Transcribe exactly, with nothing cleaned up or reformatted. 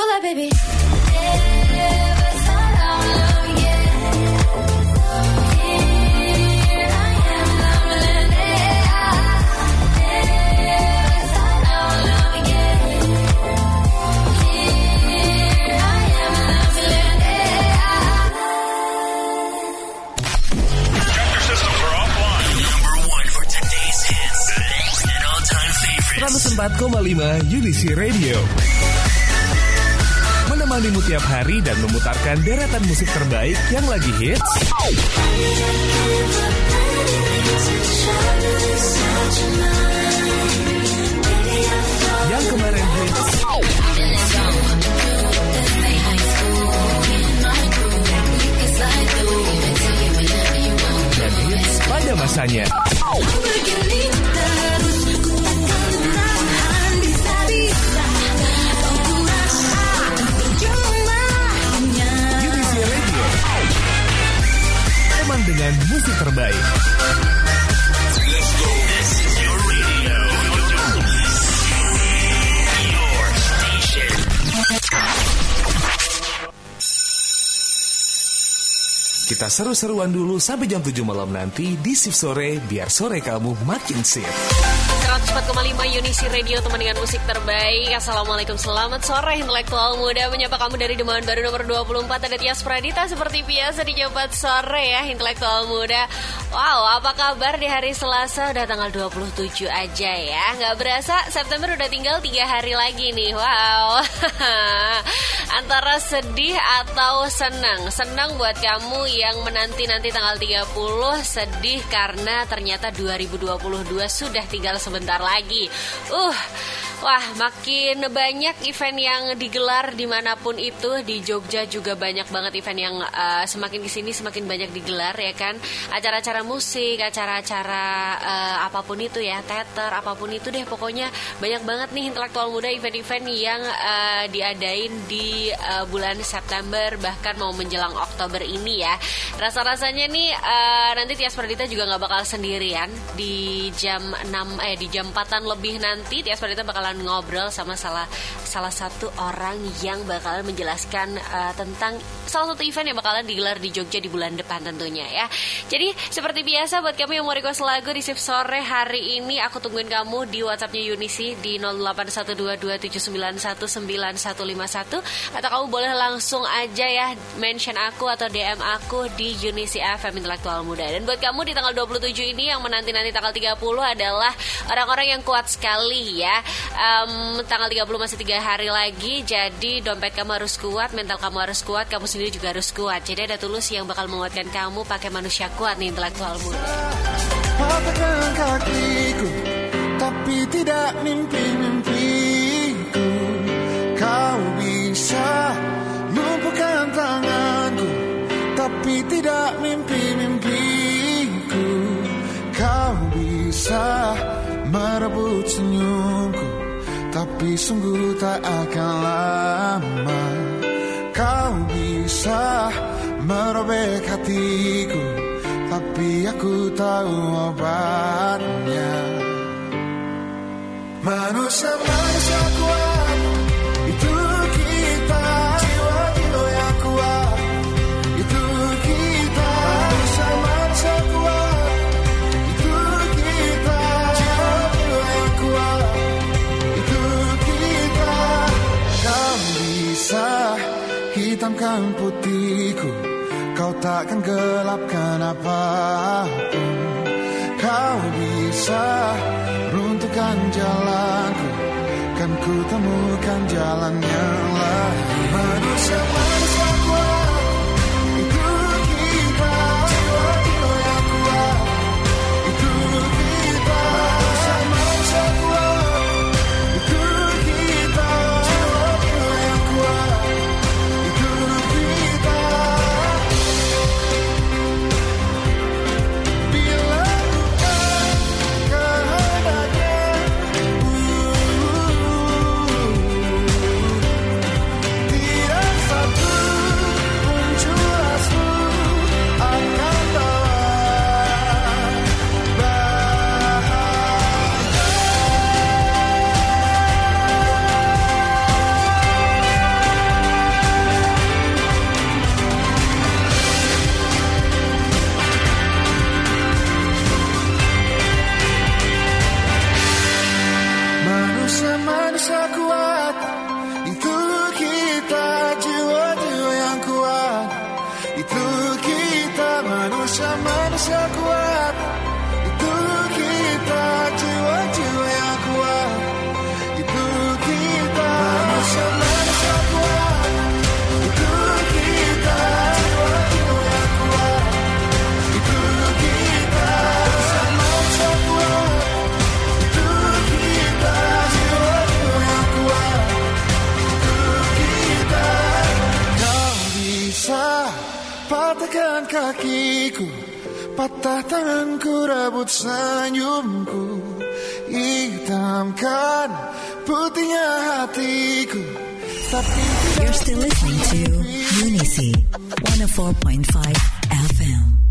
that baby. seratus empat koma lima Unisi Radio menemanimu tiap hari dan memutarkan deretan musik terbaik yang lagi hits, yang kemarin hits, dan hits pada masanya. Dengan musik terbaik. Kita seru-seruan dulu sampai jam tujuh malam nanti di Shift Sore, biar sore kamu makin sip. seratus empat koma lima Unisi Radio, teman dengan musik terbaik. Assalamualaikum, selamat sore intelektual muda. Menyapa kamu dari Demangan Baru nomor dua puluh empat. Ada Tias Pradita seperti biasa di Jabat Sore ya intelektual muda. Wow, apa kabar di hari Selasa? Udah tanggal dua puluh tujuh aja ya. Gak berasa September udah tinggal tiga hari lagi nih. Wow. Antara sedih atau senang. Senang buat kamu yang menanti-nanti tanggal tiga puluh. Sedih karena ternyata dua ribu dua puluh dua sudah tinggal sebentar lagi. Uh, wah makin banyak event yang digelar dimanapun itu. Di Jogja juga banyak banget event yang uh, semakin kesini semakin banyak digelar ya kan. Acara-acara musik, acara-acara uh, apapun itu ya, teater, apapun itu deh. Pokoknya banyak banget nih intelektual muda event-event yang uh, diadain di uh, bulan September, bahkan mau menjelang Oktober ini ya. Rasa-rasanya nih uh, nanti Tias Pradita juga gak bakal sendirian. Di jam enam eh di jam empatan lebih nanti Tias Pradita bakalan ngobrol sama salah salah satu orang yang bakalan menjelaskan uh, tentang salah satu event yang bakalan digelar di Jogja di bulan depan tentunya ya. Jadi seperti biasa buat kamu yang mau request lagu di Shift Sore hari ini, aku tungguin kamu di WhatsAppnya Unisi di nol delapan satu dua dua tujuh sembilan satu sembilan satu lima satu, atau kamu boleh langsung aja ya mention aku atau D M aku di Unisi F M Intelektual Muda. Dan buat kamu di tanggal dua puluh tujuh ini yang menanti-nanti tanggal tiga puluh adalah orang-orang yang kuat sekali ya. um, Tanggal tiga puluh masih tiga hari lagi, jadi dompet kamu harus kuat, mental kamu harus kuat, kamu sendiri juga harus kuat. Jadi ada Tulus yang bakal menguatkan kamu pakai Manusia Kuat nih intelektual muda. Patahkan kakiku, tapi tidak mimpi-mimpiku. Kau bisa lumpuhkan tanganku, tapi tidak mimpi-mimpiku. Kau bisa merebut senyumku, tapi sungguh tak akan lama. Kau bisa merobek hatiku, tapi aku tahu obatnya. Manusia-manusia kuat, itu kita. Jiwa-jiwa yang kuat, itu kita. Manusia-manusia kuat, itu kita. Jiwa-jiwa yang kuat, itu kita. Kau bisa hitamkan putihku, kau takkan gelapkan apapun. Kau bisa runtuhkan jalanku, kan ku temukan jalan yang lain. Manusia-manusia kuat, itu kita. Jiwa-jiwa yang kuat, itu kita. Manusia-manusia kuat, itu kita. Jiwa-jiwa yang kuat, itu kita. Tidak satu sekuat itu kita, jiwa-jiwa yang kuat itu kita, manusia manusia kuat itu kita, jiwa-jiwa yang kuat itu kita, manusia manusia kuat itu kita, jiwa-jiwa yang kuat itu kita. Kau bisa patahkan kakiku, patah tanganku, rebut senyumku, hitamkan putihnya hatiku. Tapi you're still listening to Unisi one oh four point five F M.